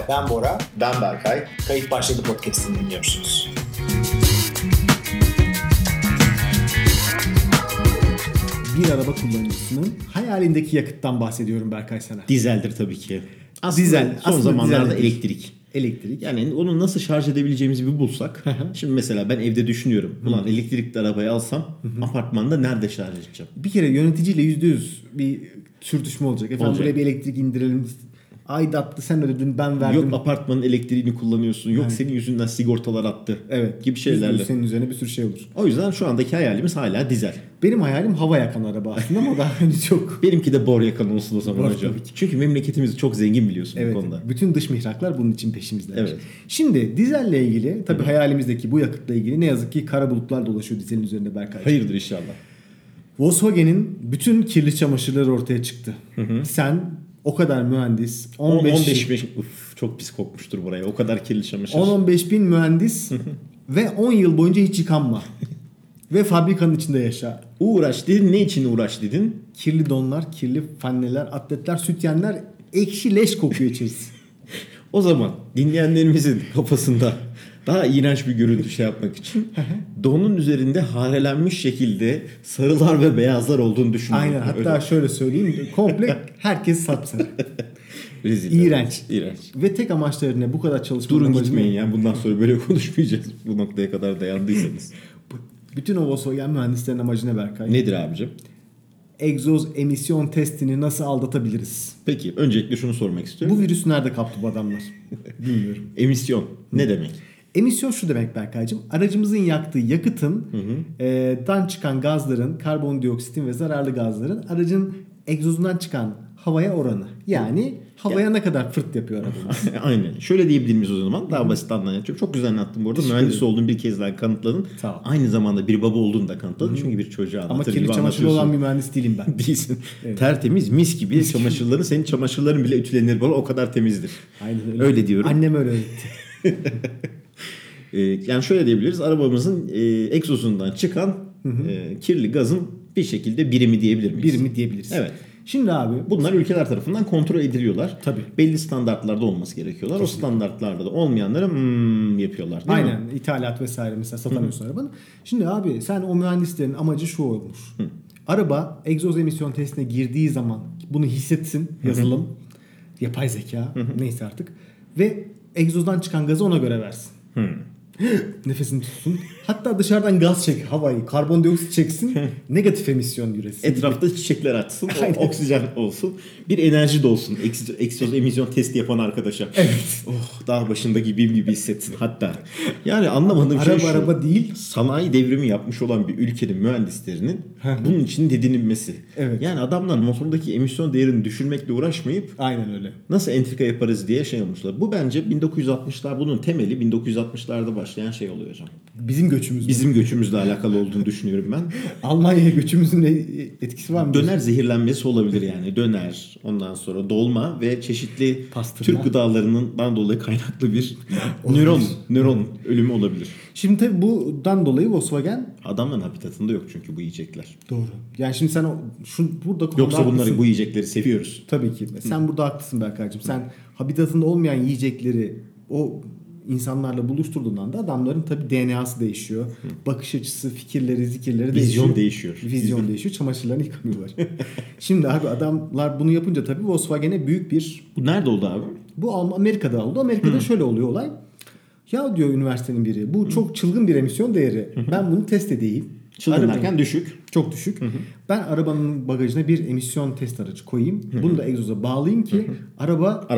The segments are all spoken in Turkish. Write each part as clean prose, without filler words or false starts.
Ben Bora. Ben Berkay. Kayıt Başladı podcast'ini dinliyorsunuz. Bir araba kullanıcısının hayalindeki yakıttan bahsediyorum Berkay sana. Dizeldir tabii ki. Aslında, dizel. Son zamanlarda dizel elektrik. Elektrik. Yani onu nasıl şarj edebileceğimizi bir bulsak. Şimdi mesela ben evde düşünüyorum. Ulan elektrikli arabayı alsam apartmanda nerede şarj edeceğim? Bir kere yöneticiyle %100 bir sürtüşme olacak. Efendim Olacak. buraya bir elektrik indirelim. Aidatlı sen ödedin ben verdim. Yok apartmanın elektriğini kullanıyorsun. Yok Evet. senin yüzünden sigortalar attı. Evet. Gibi şeylerle. Senin üzerine bir sürü şey olur. O yüzden şu andaki hayalimiz hala dizel. Benim hayalim hava yakan araba aslında ama daha henüz çok. Benimki de bor yakan olsun o zaman Bor hocam. tabii ki. Çünkü memleketimiz çok zengin biliyorsun Evet. bu konuda. Bütün dış mihraklar bunun için peşimizde. Evet. Şimdi dizelle ilgili tabii hayalimizdeki bu yakıtla ilgili ne yazık ki kara bulutlar dolaşıyor dizelin üzerinde Berkay. Hayırdır inşallah. Volkswagen'in bütün kirli çamaşırları ortaya çıktı. Sen o kadar mühendis, 15 çok pis kokmuştur buraya. O kadar kirli çamaşır. 10-15 bin mühendis ve 10 yıl boyunca hiç yıkanma. Ve fabrikanın içinde yaşa. Uğraş dedin. Ne için uğraş dedin? Kirli donlar, kirli fanneler, atletler, sütyenler, ekşi leş kokuyor içerisi. O zaman dinleyenlerimizin kafasında daha iğrenç bir görüntü şey yapmak için donun üzerinde harelenmiş şekilde sarılar ve beyazlar olduğunu düşünüyorum. Aynen, hatta şöyle söyleyeyim, komple herkes sapsarı. Rezil. İğrenç. İğrenç. Ve tek amaçları ne? Bu kadar çalışmanın Durun amacı gitmeyin ne? ya. Bundan sonra böyle konuşmayacağız. Bu noktaya kadar dayandıysanız. Bütün o Volkswagen mühendislerin amacı ne Berkay? Nedir abicim? Egzoz emisyon testini nasıl aldatabiliriz? Peki öncelikle şunu sormak istiyorum. Bu virüsü nerede kaptı bu adamlar? Bilmiyorum. Emisyon ne demek? Emisyon şu demek Berkaycığım. Aracımızın yaktığı yakıtın dan çıkan gazların, karbondioksitin ve zararlı gazların aracın egzozundan çıkan havaya oranı. Yani havaya ne kadar fırt yapıyor arabamız. Aynen. Şöyle diyebilir miyiz o zaman? Daha basit anlatıyorum. Çok güzel anlattın bu arada. Mühendis olduğunu bir kez daha kanıtladın. Sağ ol. Aynı zamanda bir baba olduğunu da kanıtladın. Çünkü bir çocuğa Ama anlatır kirli gibi çamaşırı anlatıyorsun. olan bir mühendis değilim ben. Değilsin. Evet. Tertemiz, mis gibi çamaşırların, senin çamaşırların bile ütülenir bana, o kadar temizdir. Aynen öyle. Öyle diyorum. Annem öyle öğretti. Yani şöyle diyebiliriz. Arabamızın egzozundan çıkan kirli gazın bir şekilde birimi diyebilir miyiz? Birimi diyebiliriz. Evet. Şimdi abi Bunlar ülkeler tarafından kontrol ediliyorlar. Tabii. Belli standartlarda olması gerekiyorlar. O standartlarda da olmayanlara yapıyorlar. Değil aynen mi? ithalat vesaire mesela satamıyorsun arabanı. Şimdi abi sen o mühendislerin amacı şu olmuş. Araba egzoz emisyon testine girdiği zaman bunu hissetsin yazılım, yapay zeka neyse artık ve egzozdan çıkan gazı ona göre versin. Nefesini tutsun. Hatta dışarıdan gaz çek, havayı, karbondioksit çeksin. Negatif emisyon üretsin. Etrafta çiçekler açsın, oksijen olsun. Bir enerji de olsun. Egzoz emisyon testi yapan arkadaşa. Evet. Oh, dağ başında gibiyim gibi hissetsin hatta. Yani anlamadığım şey şu. Araba değil. Sanayi devrimi yapmış olan bir ülkenin mühendislerinin bunun için didinilmesi. Evet. Yani adamlar motordaki emisyon değerini düşürmekle uğraşmayıp Aynen öyle. nasıl entrika yaparız diye şey olmuşlar. Bu bence 1960'lar, bunun temeli 1960'larda başlayan şey oluyor hocam. Bizim göçümüz. Bizim göçümüzle alakalı olduğunu düşünüyorum ben. Almanya'ya göçümüzün etkisi var mı? Döner zehirlenmesi olabilir yani. Döner, ondan sonra dolma ve çeşitli Pastırma. Türk gıdalarından dolayı kaynaklı bir nöron ölümü olabilir. Şimdi tabii bundan dolayı Volkswagen Adamların habitatında yok çünkü bu yiyecekler. doğru. Yani şimdi sen burada Yoksa haklısın. bunları, bu yiyecekleri seviyoruz. Tabii ki. Sen burada haklısın Berkaycığım. Sen habitatında olmayan yiyecekleri o insanlarla buluşturduğundan da adamların tabii DNA'sı değişiyor. Bakış açısı, fikirleri, zikirleri Vizyon değişiyor. Vizyon değişiyor. Çamaşırlarını yıkamıyorlar. Şimdi abi adamlar bunu yapınca tabii Volkswagen'e büyük bir... Bu nerede oldu abi? Bu Amerika'da oldu. Amerika'da şöyle oluyor olay. Ya diyor üniversitenin biri, bu çok çılgın bir emisyon değeri. Ben bunu test edeyim. Çılgın derken düşük. Çok düşük. Ben arabanın bagajına bir emisyon test aracı koyayım. Bunu da egzoza bağlayayım ki araba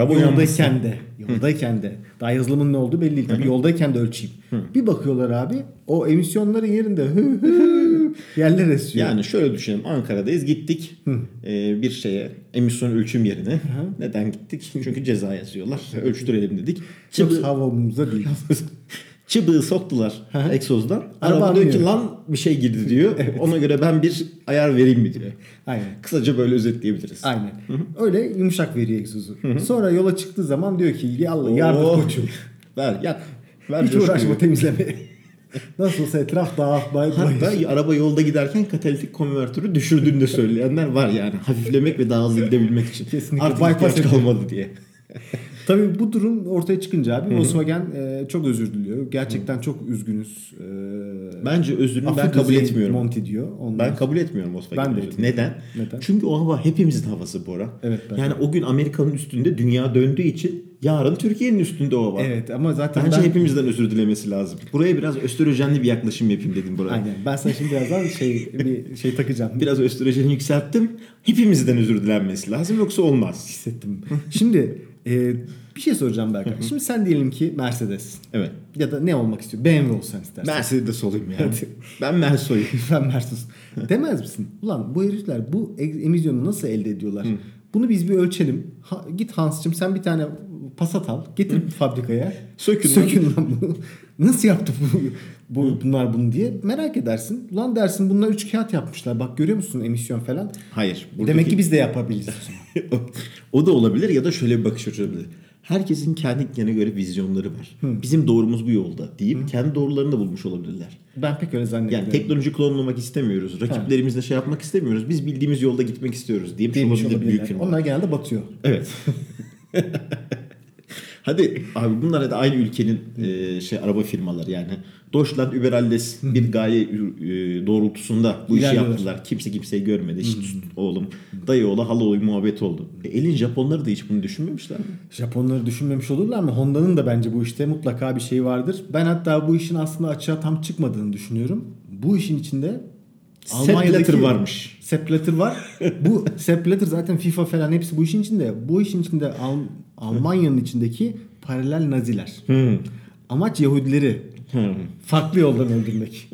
yoldayken de daha yazılımın ne olduğu belli değil. Tabii yoldayken de ölçeyim. Bir bakıyorlar abi o emisyonların yerinde yerler esiyor. Yani şöyle düşünelim. Ankara'dayız. Gittik bir şeye, emisyon ölçüm yerine. Neden gittik? Çünkü ceza yazıyorlar. Ölçtürelim dedik. Çok havamızda değil. Çıbığı soktular egzozdan. Araba Araba diyor ki anlıyor. lan bir şey girdi diyor. Ona göre ben bir ayar vereyim mi diyor. Aynen. Kısaca böyle özetleyebiliriz. Aynen. Öyle yumuşak veriyor egzozu. Sonra yola çıktığı zaman diyor ki yallah yardır koçum. Ver Hiç uğraşma temizlemeye. Nasıl olsa etraf dağ. Hatta araba yolda giderken katalitik konvertörü düşürdüğünü de söyleyenler var yani. Hafiflemek ve daha hızlı gidebilmek için. Kesinlikle. Artık ihtiyaç kalmadı diye. Tabii bu durum ortaya çıkınca abi Volkswagen çok özür diliyor. Gerçekten çok üzgünüz. Bence özrünü ben kabul etmiyorum. Monty diyor. Ben kabul etmiyorum Volkswagen Ben de özrünü. etmiyorum. Neden? Çünkü o hava hepimizin havası Bora. Evet, yani o gün Amerika'nın üstünde dünya döndüğü için yarın Türkiye'nin üstünde o hava. Evet ama zaten bence hepimizden özür dilemesi lazım. Buraya biraz östrojenli bir yaklaşım yapayım dedim Bora. Aynen. Ben sana şimdi birazdan bir şey takacağım. Biraz östrojeni yükselttim. Hepimizden özür dilenmesi lazım yoksa olmaz. Hissettim. Şimdi bir şey soracağım Berkay. Şimdi sen diyelim ki Mercedes. Evet. Ya da ne olmak istiyor? BMW olsan istersen. Mercedes olayım ya. Ben Merso'yum. Ben Mercedes. Demez misin? Ulan bu herifler bu emisyonu nasıl elde ediyorlar? Bunu biz bir ölçelim. Git Hans'cığım sen bir tane Passat al. Getir fabrikaya. Sökün lan bunu. Nasıl yaptı bunlar bunu diye merak edersin. Ulan dersin bunlar 3 kağıt yapmışlar. Bak görüyor musun emisyon falan? Hayır. Demek ki biz de yapabiliriz. O da olabilir ya da şöyle bir bakış açısı olabilir. Herkesin kendine göre vizyonları var. Bizim doğrumuz bu yolda deyip kendi doğrularını da bulmuş olabilirler. Ben pek öyle zannetmiyorum. Yani teknoloji klonlamak istemiyoruz. Rakiplerimizle şey yapmak istemiyoruz. Biz bildiğimiz yolda gitmek istiyoruz diye olabilir büyük firma. Onlar genelde batıyor. Evet. Hadi abi bunlar da aynı ülkenin araba firmaları yani. Deutschland über alles bir gaye doğrultusunda bu işi yaptılar. Kimse kimseyi görmedi. Oğlum, dayı oğlu, hala oğlu muhabbet oldu. Elin Japonları da hiç bunu düşünmemişler mi? Japonları düşünmemiş olurlar mı? Honda'nın da bence bu işte mutlaka bir şey vardır. Ben hatta bu işin aslında açığa tam çıkmadığını düşünüyorum. Bu işin içinde Almanya'daki varmış. Sepp Blatter var. Bu Sepp Blatter zaten FIFA falan hepsi bu işin içinde. Bu işin içinde Almanya'nın içindeki paralel Naziler. Amaç Yahudileri farklı yoldan öldürmek.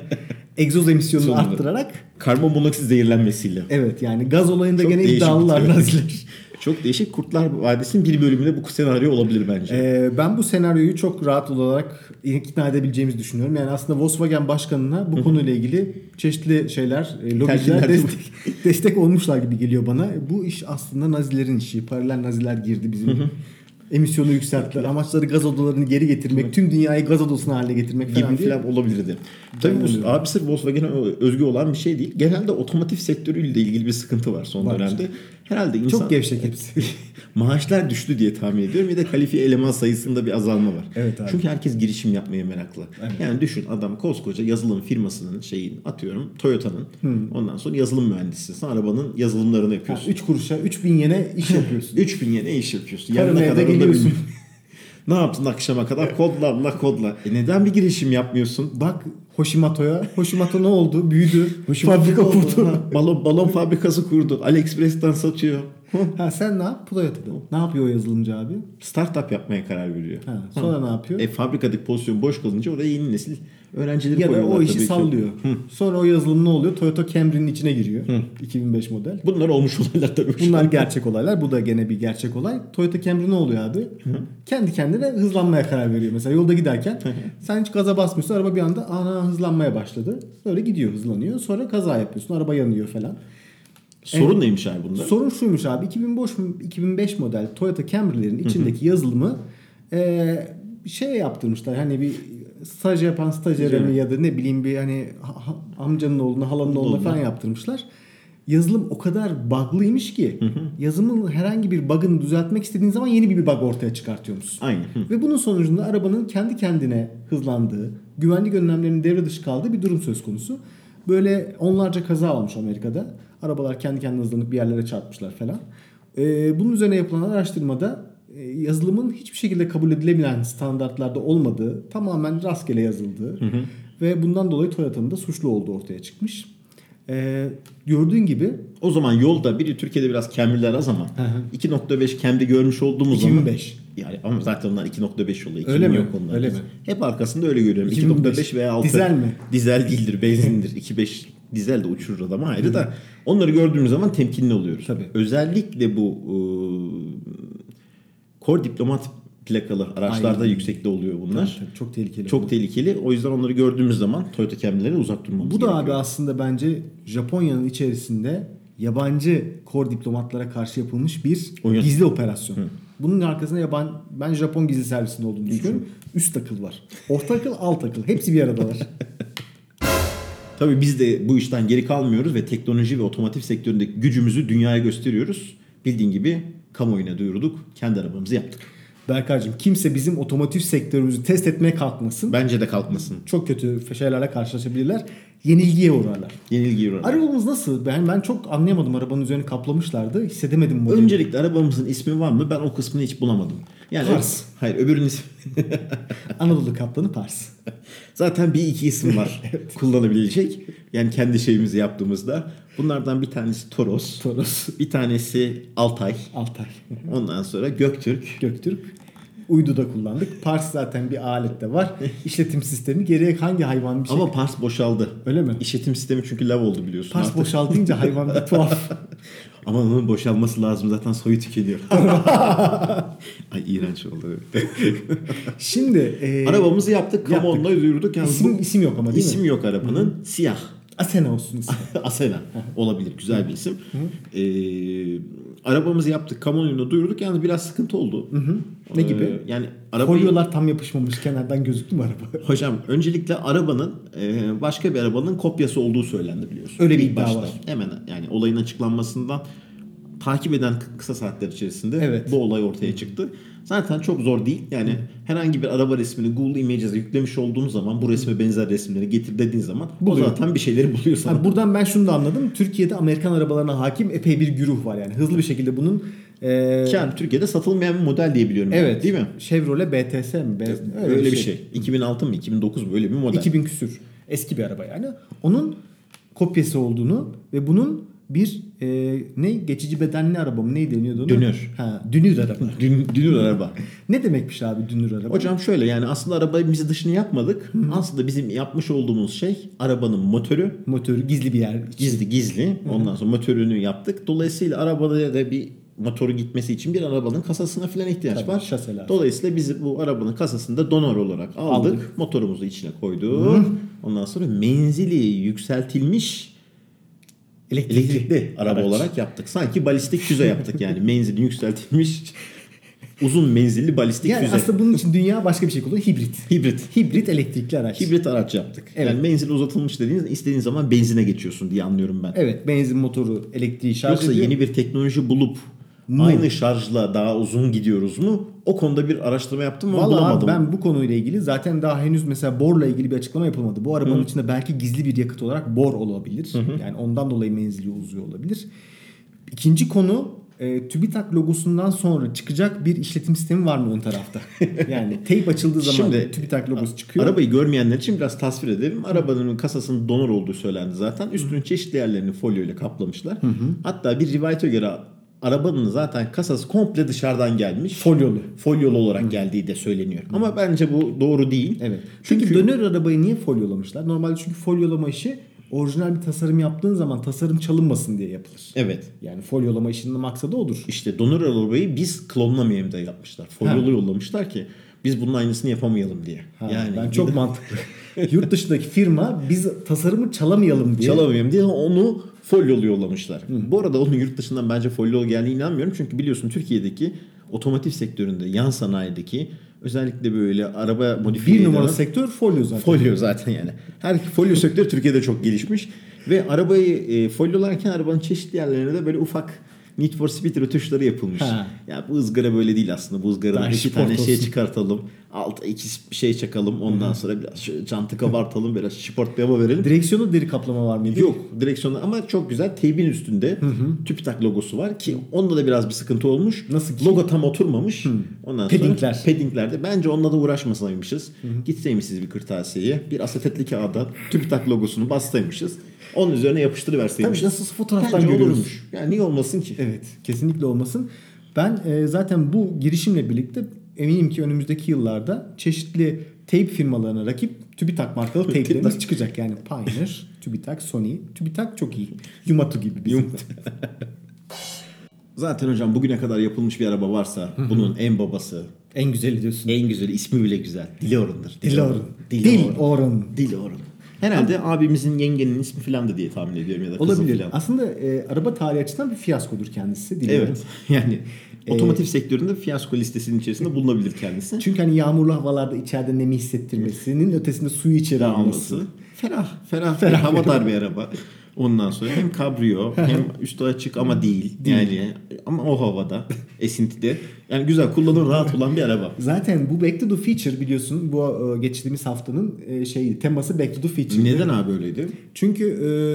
Egzoz emisyonunu arttırarak. Karbon monoksit zehirlenmesiyle. Evet yani gaz olayında çok gene iddialılar Naziler. Çok değişik. Kurtlar Vadisi'nin bir bölümünde bu senaryo olabilir bence. Ben bu senaryoyu çok rahat olarak ikna edebileceğimizi düşünüyorum. Yani aslında Volkswagen başkanına bu konuyla ilgili çeşitli şeyler, lobiciler destek olmuşlar gibi geliyor bana. Bu iş aslında Nazilerin işi. Paralel Naziler girdi bizim emisyonu yükselttiler. Amaçları gaz odalarını geri getirmek, tüm dünyayı gaz odasına haline getirmek falan gibi falan olabilirdi. Tabii bu abi sırf Volkswagen'e özgü olan bir şey değil. Genelde otomotiv sektörüyle de ilgili bir sıkıntı var son dönemde. Herhalde insan... Çok gevşek hepsi. Maaşlar düştü diye tahmin ediyorum. Bir de kalifiye eleman sayısında bir azalma var. Evet abi. Çünkü herkes girişim yapmaya meraklı. Evet. Yani düşün adam koskoca yazılım firmasının atıyorum Toyota'nın ondan sonra yazılım mühendisisin. Arabanın yazılımlarını yapıyorsun. 3 kuruşa 3000 yene iş yapıyorsun. 3000 yene iş yapıyorsun. Yanına kadar geliyorsun. Ne yaptın akşama kadar? Kodla. Neden bir girişim yapmıyorsun? Bak Hoshimoto ne oldu? Büyüdü. Fabrika kurdu. Balon fabrikası kurdu. AliExpress'ten satıyor. Sen ne yap? Toyota'da. Ne yapıyor o yazılımcı abi? Startup yapmaya karar veriyor. Sonra ne yapıyor? Fabrikadaki pozisyon boş kalınca oraya yeni nesil öğrencileri ya koyuyorlar. Ya da o işi sallıyor. Sonra o yazılım ne oluyor? Toyota Camry'nin içine giriyor. 2005 model. Bunlar olmuş olaylar tabii. Bunlar gerçek olaylar. Bu da gene bir gerçek olay. Toyota Camry ne oluyor abi? Kendi kendine hızlanmaya karar veriyor. Mesela yolda giderken sen hiç gaza basmıyorsun. Araba bir anda hızlanmaya başladı. Böyle gidiyor, hızlanıyor. Sonra kaza yapıyorsun. Araba yanıyor falan. Sorun neymiş abi bunda? Sorun şuymuş abi. 2005 model Toyota Camry'lerin içindeki yazılımı yaptırmışlar. Hani bir staj yapan stajyere mi ya da ne bileyim bir amcanın oğluna, halanın oğluna falan yaptırmışlar. Yazılım o kadar bug'lıymış ki yazılımın herhangi bir bug'ını düzeltmek istediğin zaman yeni bir bug ortaya çıkartıyormuş. Aynen. Ve bunun sonucunda arabanın kendi kendine hızlandığı, güvenlik önlemlerinin devre dışı kaldığı bir durum söz konusu. Böyle onlarca kaza olmuş Amerika'da. Arabalar kendi kendine hızlanıp bir yerlere çarpmışlar falan. Bunun üzerine yapılan araştırmada yazılımın hiçbir şekilde kabul edilemeyen standartlarda olmadığı, tamamen rastgele yazıldığı ve bundan dolayı Toyota'nın da suçlu olduğu ortaya çıkmış. Gördüğün gibi o zaman yolda biri Türkiye'de biraz Camry'ler az ama 2.5 Camry görmüş olduğumuz 2005. zaman yani ama zaten onlar 2.5 yolu. Öyle mi? Yok onlar. Öyle mi? Hep arkasında öyle görüyorum. 2.5 veya 6. Dizel mi? Dizel değildir, benzindir. 2.5 dizel de uçurur adamı ayrı da onları gördüğümüz zaman temkinli oluyoruz. Tabii. Özellikle bu core diplomat plakalı araçlarda yüksekte oluyor bunlar. Tabii, çok tehlikeli. Çok tehlikeli. O yüzden onları gördüğümüz zaman Toyota Camry'lere uzak durmamız gerekiyor. Bu da abi aslında bence Japonya'nın içerisinde yabancı core diplomatlara karşı yapılmış bir gizli operasyon. Bunun arkasında ben Japon gizli servisinde olduğunu düşünüyorum. Üst akıl var. Orta akıl, alt akıl. Hepsi bir aradalar. Tabii biz de bu işten geri kalmıyoruz ve teknoloji ve otomotiv sektöründeki gücümüzü dünyaya gösteriyoruz. bildiğin gibi kamuoyuna duyurduk. Kendi arabamızı yaptık. Berkaycığım, kimse bizim otomotiv sektörümüzü test etmeye kalkmasın. Bence de kalkmasın. Çok kötü şeylerle karşılaşabilirler. Yenilgiye uğrarlar. Yenilgiye uğrarlar. Arabamız nasıl? Ben çok anlayamadım. Arabanın üzerini kaplamışlardı. Hissedemedim bu. Öncelikle arabamızın ismi var mı? Ben o kısmını hiç bulamadım. Yani Pars. Hayır, öbürünün ismi. Anadolu Kaplanı Pars. Zaten bir iki isim var kullanabilecek. Yani kendi şeyimizi yaptığımızda. Bunlardan bir tanesi Toros. Toros. Bir tanesi Altay. Altay. Ondan sonra Göktürk. Göktürk. Uydu'da kullandık. Pars zaten bir alette var. İşletim sistemi. Geriye hangi hayvan bir şey? Ama Pars boşaldı. Öyle mi? İşletim sistemi çünkü lav oldu biliyorsun. Pars artık. boşaltınca hayvan bir tuhaf. Ama onun boşalması lazım, zaten soyu tükeniyor. Ay iğrenç oldu. Şimdi Arabamızı yaptık. Kamuoyuna duyurduk. Yani isim yok ama değil mi? İsim yok arabanın. Siyah. Asena olsun ismi. Asena olabilir, güzel bir isim. Arabamızı yaptık, kamuoyuna duyurduk. Yani biraz sıkıntı oldu. Ne gibi? Yani arabayı... Folyolar tam yapışmamış, kenardan gözüktü mü araba? Hocam öncelikle arabanın başka bir arabanın kopyası olduğu söylendi biliyorsun. Öyle bir İlk iddia başta. var. Hemen yani olayın açıklanmasından takip eden kısa saatler içerisinde Evet. bu olay ortaya çıktı. Zaten çok zor değil. Yani herhangi bir araba resmini Google Images'e yüklemiş olduğun zaman, bu resme benzer resimleri getir dediğin zaman Buluyor. o zaten bir şeyleri buluyor sana. Yani buradan ben şunu da anladım. Türkiye'de Amerikan arabalarına hakim epey bir güruh var yani. Hızlı bir şekilde bunun Yani Türkiye'de satılmayan bir model diye biliyorum. evet. Yani, değil mi? Chevrolet BTS mi? Öyle bir şey. 2006 mı 2009 mu öyle bir model. 2000 küsür. Eski bir araba yani. Onun kopyası olduğunu ve bunun bir geçici bedenli araba mı? Neydi deniyordu ona? Dünür. Dünür araba. Dünür araba. Ne demekmiş abi dünür araba? Hocam şöyle, yani aslında arabayı dışını yapmadık. Aslında bizim yapmış olduğumuz şey arabanın motoru. Motoru gizli bir yer. Gizli. Ondan sonra motorunu yaptık. Dolayısıyla arabada da bir motoru gitmesi için bir arabanın kasasına falan ihtiyaç Tabii, var. şase lazım. Dolayısıyla biz bu arabanın kasasını da donör olarak aldık. Motorumuzu içine koyduk. Ondan sonra menzili yükseltilmiş elektrikli araba araç olarak yaptık. Sanki balistik füze yaptık yani. Menzili yükseltilmiş uzun menzilli balistik yani füze. aslında bunun için dünya başka bir şey kullanıyor. Hibrit elektrikli araç. Hibrit araç yaptık. Evet. Yani menzil uzatılmış dediğiniz, istediğin zaman benzine geçiyorsun diye anlıyorum ben. Evet, benzin motoru elektriği şarj Yoksa ediyor. yeni bir teknoloji bulup aynı şarjla daha uzun gidiyoruz mu? O konuda bir araştırma yaptım ama bulamadım. Ben bu konuyla ilgili zaten daha henüz mesela borla ilgili bir açıklama yapılmadı. Bu arabanın içinde belki gizli bir yakıt olarak bor olabilir. Yani ondan dolayı menzili uzuyor olabilir. İkinci konu TÜBİTAK logosundan sonra çıkacak bir işletim sistemi var mı ön tarafta? Yani teyp açıldığı zaman Şimdi, TÜBİTAK logosu çıkıyor. Arabayı görmeyenler için biraz tasvir edelim. Arabanın kasasının donör olduğu söylendi zaten. Üstünün çeşitli yerlerini folyo ile kaplamışlar. Hatta bir rivayete göre arabanın zaten kasası komple dışarıdan gelmiş. Folyolu olarak geldiği de söyleniyor. Ama bence bu doğru değil. Evet. Çünkü dönör arabayı niye folyolamışlar? Normalde çünkü folyolama işi orijinal bir tasarım yaptığın zaman tasarım çalınmasın diye yapılır. Evet. Yani folyolama işinin maksadı odur. İşte donör arabayı biz klonlamayalım da yapmışlar. Folyolu yollamışlar ki biz bunun aynısını yapamayalım diye. Yani ben çok mantıklı. Yurt dışındaki firma biz tasarımı çalamayalım diye onu folyolu yollamışlar. Bu arada onun yurt dışından bence folyolu geldiğine inanmıyorum. Çünkü biliyorsun Türkiye'deki otomotiv sektöründe, yan sanayideki özellikle böyle araba modifiye bir numaralı sektör folyo zaten. Folyo zaten yani. Her folyo sektörü Türkiye'de çok gelişmiş ve arabayı folyolarken arabanın çeşitli yerlerine de böyle ufak Need for Speed rötuşları yapılmış. Ya bu ızgara böyle değil aslında. Bu ızgaradan iki tane şey çıkartalım. Alta iki şey çakalım. Ondan sonra biraz jantı kabartalım. Biraz sport bir hava verelim. Direksiyonu deri kaplama var mıydı? Yok. Direksiyonu ama çok güzel. Teybin üstünde TÜBİTAK logosu var ki onda da biraz bir sıkıntı olmuş. Nasıl ki? Logo tam oturmamış. Ondan Paddingler. sonra paddinglerde. Bence onunla da uğraşmasaymışız. Gitseymişiz bir kırtasiyeye. Bir asetetli kağıda TÜBİTAK logosunu bassaymışız. Onun üzerine yapıştırıverseymiş. Tabii nasıl fotoğraftan bence görüyoruz. olurmuş. Yani niye olmasın ki? Evet. Kesinlikle olmasın. Ben zaten bu girişimle birlikte eminim ki önümüzdeki yıllarda çeşitli teyp firmalarına rakip TÜBİTAK markalı teyplerimiz çıkacak. Yani Pioneer, TÜBİTAK, Sony. TÜBİTAK çok iyi. Yumatu gibi bizim. Zaten hocam bugüne kadar yapılmış bir araba varsa bunun en babası, en güzeli diyorsun. en güzeli, ismi bile güzel. Dileoron'dur. Dileoron. Dileoron. Herhalde abimizin, yengenin ismi falan da diye tahmin ediyorum ya da kızı olabilir. falan. Aslında araba tarihi açısından bir fiyaskodur kendisi. Dileoron. Evet. Yani otomotiv sektöründe fiyasko listesinin içerisinde bulunabilir kendisi. Çünkü hani yağmurlu havalarda içeride nemi hissettirmesinin ötesinde suyu içeri alması. Ferah havadar bir araba. Ondan sonra hem kabriyo hem üstü açık ama değil. Yani ama o havada, esintide. Yani güzel, kullanır, rahat olan bir araba. Zaten bu Back to the Future biliyorsun, bu geçtiğimiz haftanın teması Back to the Future. Neden abi öyleydi? Çünkü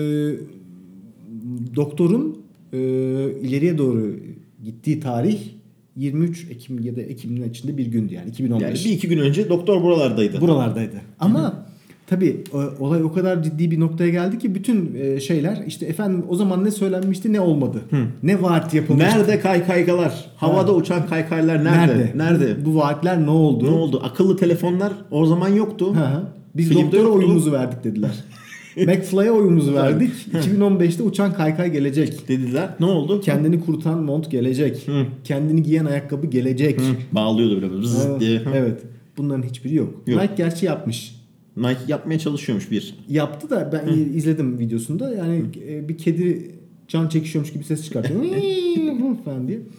doktorun ileriye doğru gittiği tarih 23 Ekim ya da Ekim'in içinde bir gündü yani 2015. Yani bir iki gün önce doktor buralardaydı. Buralardaydı. Ama tabii olay o kadar ciddi bir noktaya geldi ki bütün şeyler işte efendim o zaman ne söylenmişti ne olmadı. Ne vaat yapılmıştı. Nerede kaykaylar? Havada uçan kaykaylar nerede? Nerede? Bu vaatler ne oldu? Ne oldu? Akıllı telefonlar o zaman yoktu. Biz Filmde doktora yoktu. oyumuzu verdik dediler. McFly'e oyumuzu verdik. 2015'te uçan kaykay gelecek. Dediler. Ne oldu? Kendini kurutan mont gelecek. Kendini giyen ayakkabı gelecek. Bağlıyordu böyle zıt diye. Evet. Bunların hiçbiri yok. Nike gerçi yapmış. Nike yapmaya çalışıyormuş bir. Yaptı da ben izledim videosunda. Yani bir kedi can çekişiyormuş gibi ses çıkartıyor. falan diye.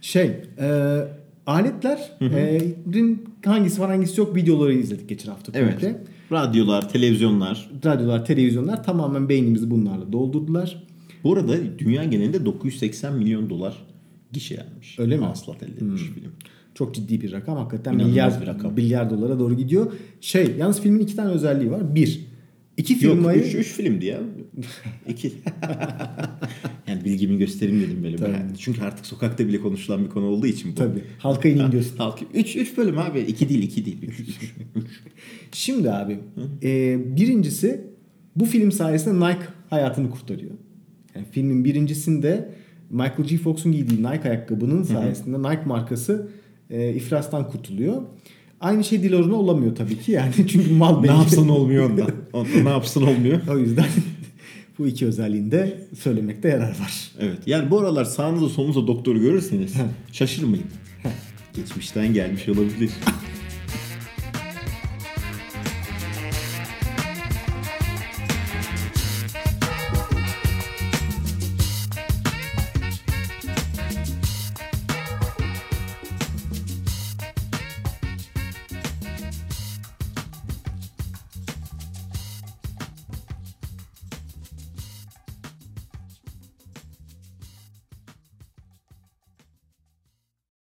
Aletlerin hangisi var hangisi yok videoları izledik geçen hafta. Evet. Komple. Radyolar, televizyonlar. Radyolar, televizyonlar tamamen beynimizi bunlarla doldurdular. Bu arada dünya genelinde 980 milyon dolar gişe yapmış. Öyle mi? Hasılat elde etmiş film. Çok ciddi bir rakam. Hakikaten İnanılmaz bir rakam. milyar dolara doğru gidiyor. Yalnız filmin 2 tane özelliği var. 2 firmayı... Yok 3 filmdi ya. 2. Yani bilgimi göstereyim dedim böyle. Çünkü artık sokakta bile konuşulan bir konu olduğu için bu. Tabii. Halka inin göster. 3 bölüm abi. 2 değil. 3. Şimdi abi birincisi bu film sayesinde Nike hayatını kurtarıyor. Yani filmin birincisinde Michael J. Fox'un giydiği Nike ayakkabının sayesinde Nike markası iflastan kurtuluyor. Aynı şey Dilor'un olamıyor tabii ki yani çünkü mal belli. Ne yapsın olmuyor ondan. Ne yapsın olmuyor. O yüzden bu iki özelliğini de söylemekte yarar var. Evet. Yani bu aralar sağınızda solunuzda doktoru görürseniz şaşırmayın. Geçmişten gelmiş olabilir.